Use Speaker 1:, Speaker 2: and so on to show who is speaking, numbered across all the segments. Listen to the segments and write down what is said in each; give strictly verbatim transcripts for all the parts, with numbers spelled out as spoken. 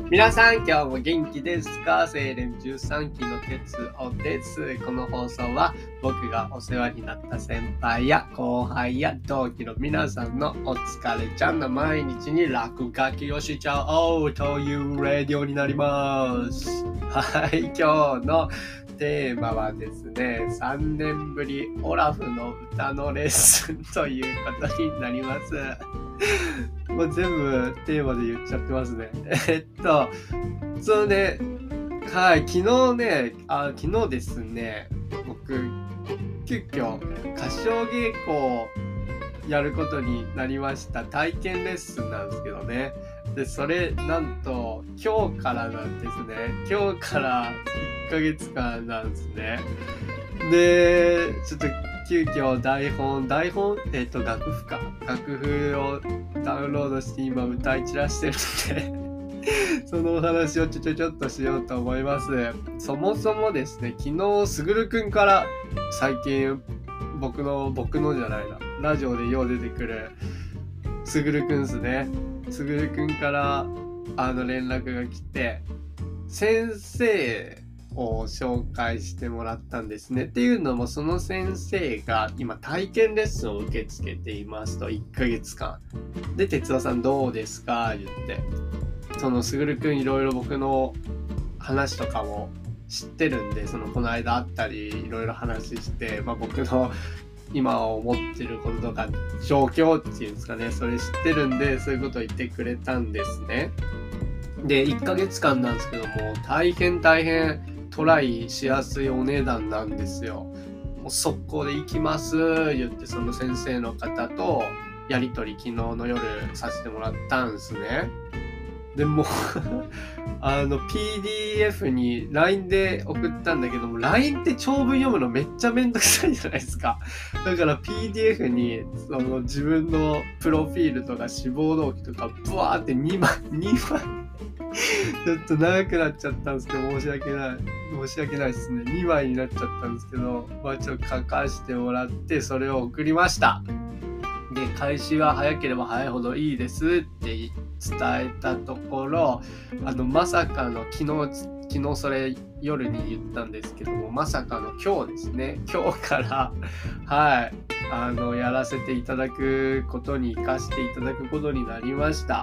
Speaker 1: 皆さん今日も元気ですか？清廉じゅうさんきの哲夫です。この放送は僕がお世話になった先輩や後輩や同期の皆さんのお疲れちゃんの毎日に落書きをしちゃおうというラジオになります。はい、今日のテーマはですね、さんねんぶりオラフの歌のレッスンということになります。もう全部テーマで言っちゃってますね。えっと、そうね、はい、昨日ね、あ、昨日ですね、僕、急遽歌唱稽古をやることになりました。体験レッスンなんですけどね。で、それ、なんと、今日からなんですね。今日からいっかげつかんなんですね。で、ちょっと、急遽台本、台本、えっと、楽譜か。楽譜をダウンロードして今歌い散らしてるので、そのお話をちょちょちょっとしようと思います。そもそもですね、昨日、すぐるくんから最近、僕の、僕のじゃないな、ラジオでよう出てくる、すぐるくんですね。すぐるくんから、あの、連絡が来て、先生、を紹介してもらったんですね。っていうのもその先生が今体験レッスンを受け付けていますといっかげつかんで、哲夫さんどうですか言って、そのすぐるくんいろいろ僕の話とかも知ってるんで、そのこの間あったりいろいろ話して、まあ、僕の今思ってることとか状況っていうんですかね、それ知ってるんでそういうことを言ってくれたんですね。でいっかげつかんなんですけども、大変大変トライしやすいお値段なんですよ。もう速攻で行きます言ってその先生の方とやり取り昨日の夜させてもらったんですね。でもあの ピーディーエフ に ライン で送ったんだけども、 ライン って長文読むのめっちゃめんどくさいじゃないですか。だから ピーディーエフ にその自分のプロフィールとか志望動機とかブワーってにまいにまいちょっと長くなっちゃったんですけど、申し訳ない申し訳ないですね。にまいになっちゃったんですけど、まあちょっと書かせてもらってそれを送りました。で、開始は早ければ早いほどいいですって伝えたところ、あのまさかの昨日昨日それ夜に言ったんですけども、まさかの今日ですね、今日からはいあのやらせていただくことに、行かせていただくことになりました。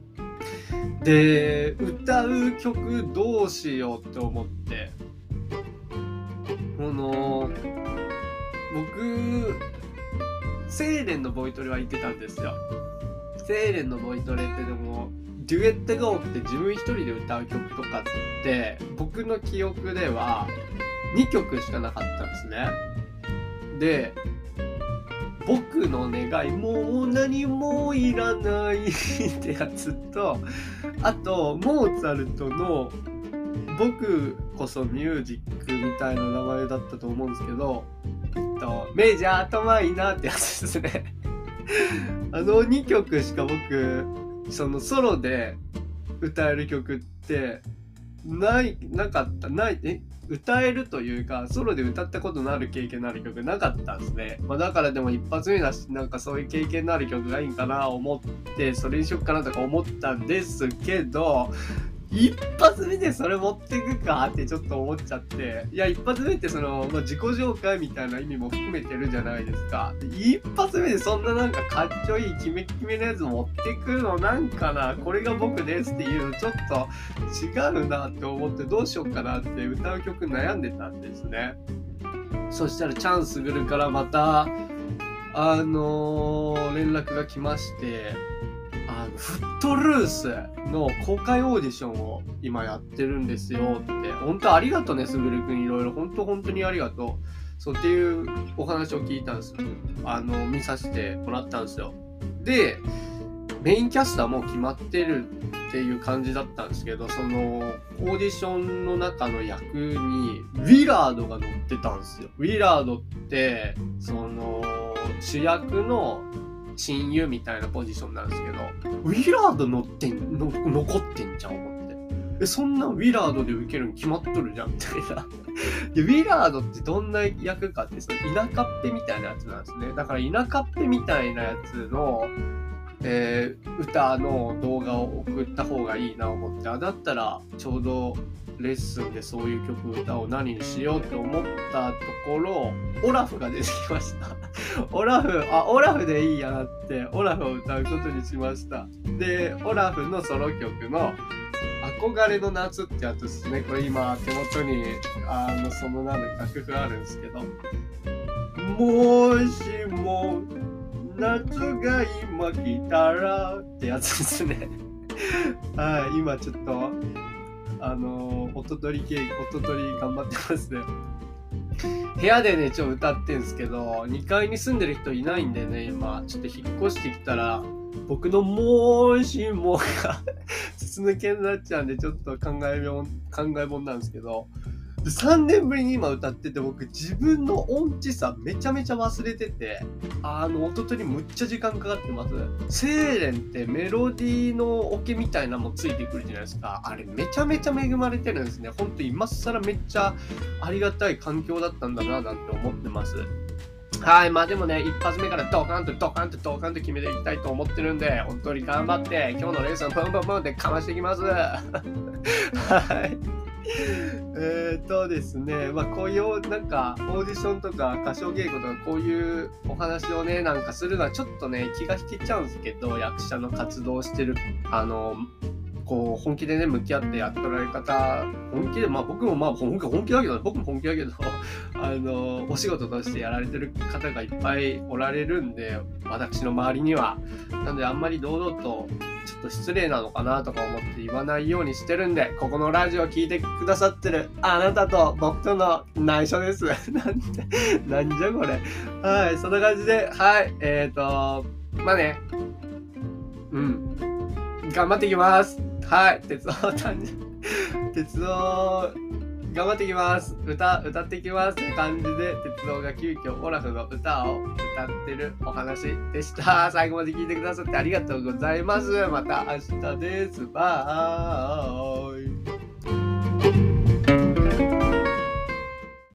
Speaker 1: で、歌う曲どうしようって思って、この僕清廉のボイトレは行ってたんですよ。清廉のボイトレってでもデュエットが多くて自分一人で歌う曲とかって僕の記憶ではにきょくしかなかったんですね。で、僕の願いもう何もいらないってやつと、あとモーツァルトの僕こそミュージックみたいな名前だったと思うんですけど、メジャーとマイナーってやつですね。あのにきょくしか僕そのソロで歌える曲ってないなかったないえ歌えるというかソロで歌ったことのある経験のある曲なかったんですね。まあ、だからでも一発目だし、なんかそういう経験のある曲がいいんかな思ってそれにしよっかなとか思ったんですけど、一発目でそれ持ってくかってちょっと思っちゃって、いや一発目ってその、まあ、自己紹介みたいな意味も含めてるじゃないですか。一発目でそんななんかかっちょいいキメキメのやつ持ってくるのなんかな、これが僕ですっていうのちょっと違うなって思って、どうしようかなって歌う曲悩んでたんですね。そしたらチャンスぐるからまたあのー、連絡が来まして、あのフットルースの公開オーディションを今やってるんですよって。本当ありがとうね、すぐるくん、いろいろ本当本当にありがとう。そうっていうお話を聞いたんです。あの見させてもらったんですよ。で、メインキャスターも決まってるっていう感じだったんですけど、そのオーディションの中の役にウィラードが乗ってたんですよ。ウィラードってその主役の親友みたいなポジションなんですけど、ウィラード乗ってんの残ってんじゃん思って、えそんなウィラードで受けるに決まっとるじゃんみたいな。でウィラードってどんな役かって、その田舎っぺみたいなやつなんですね。だから田舎っぺみたいなやつのえー、歌の動画を送った方がいいな思って、あだったらちょうどレッスンでそういう曲歌を何にしようって思ったところ、オラフが出てきましたオラフあオラフでいいやなってオラフを歌うことにしました。でオラフのソロ曲の憧れの夏ってやつですね。これ今手元にあのその名の楽譜あるんですけど、もしも夏が今来たらってやつですねはい、今ちょっとあの音取り系音取り頑張ってますね。部屋でねちょっと歌ってんすけど、にかいに住んでる人いないんでね、今ちょっと引っ越してきたら僕のもしもが筒抜けになっちゃうんで、ちょっと考えも考えもんなんですけど、さんねんぶりに今歌ってて、僕自分の音痴さめちゃめちゃ忘れてて、あの音取りむっちゃ時間かかってます。セーレンってメロディーのオケみたいなのもついてくるじゃないですか。あれめちゃめちゃ恵まれてるんですね。ほんと今更めっちゃありがたい環境だったんだななんて思ってます。はい、まあでもね、一発目からドカンとドカンとドカンと決めていきたいと思ってるんで、本当に頑張って今日のレッスンポンポンポンってかましていきますはい。えーとですね、まあこういうなんかオーディションとか歌唱稽古とかこういうお話をねなんかするのはちょっとね気が引けちゃうんですけど、役者の活動してるあのこう本気でね向き合ってやっておられる方、本気でまあ僕もまあ本気本気だけど僕も本気だけどあのお仕事としてやられてる方がいっぱいおられるんで、私の周りには。なのであんまり堂々とちょっと失礼なのかなとか思って言わないようにしてるんで、ここのラジオを聞いてくださってるあなたと僕との内緒ですなんてなんじゃこれ。はい、そんな感じで、はいえーとまあねうん頑張っていきます。はい、鉄道誕生鉄道頑張っていきます。歌歌っていきますって感じで、鉄道が急遽オラフの歌を歌ってるお話でした。最後まで聞いてくださってありがとうございます。また明日です。バイ。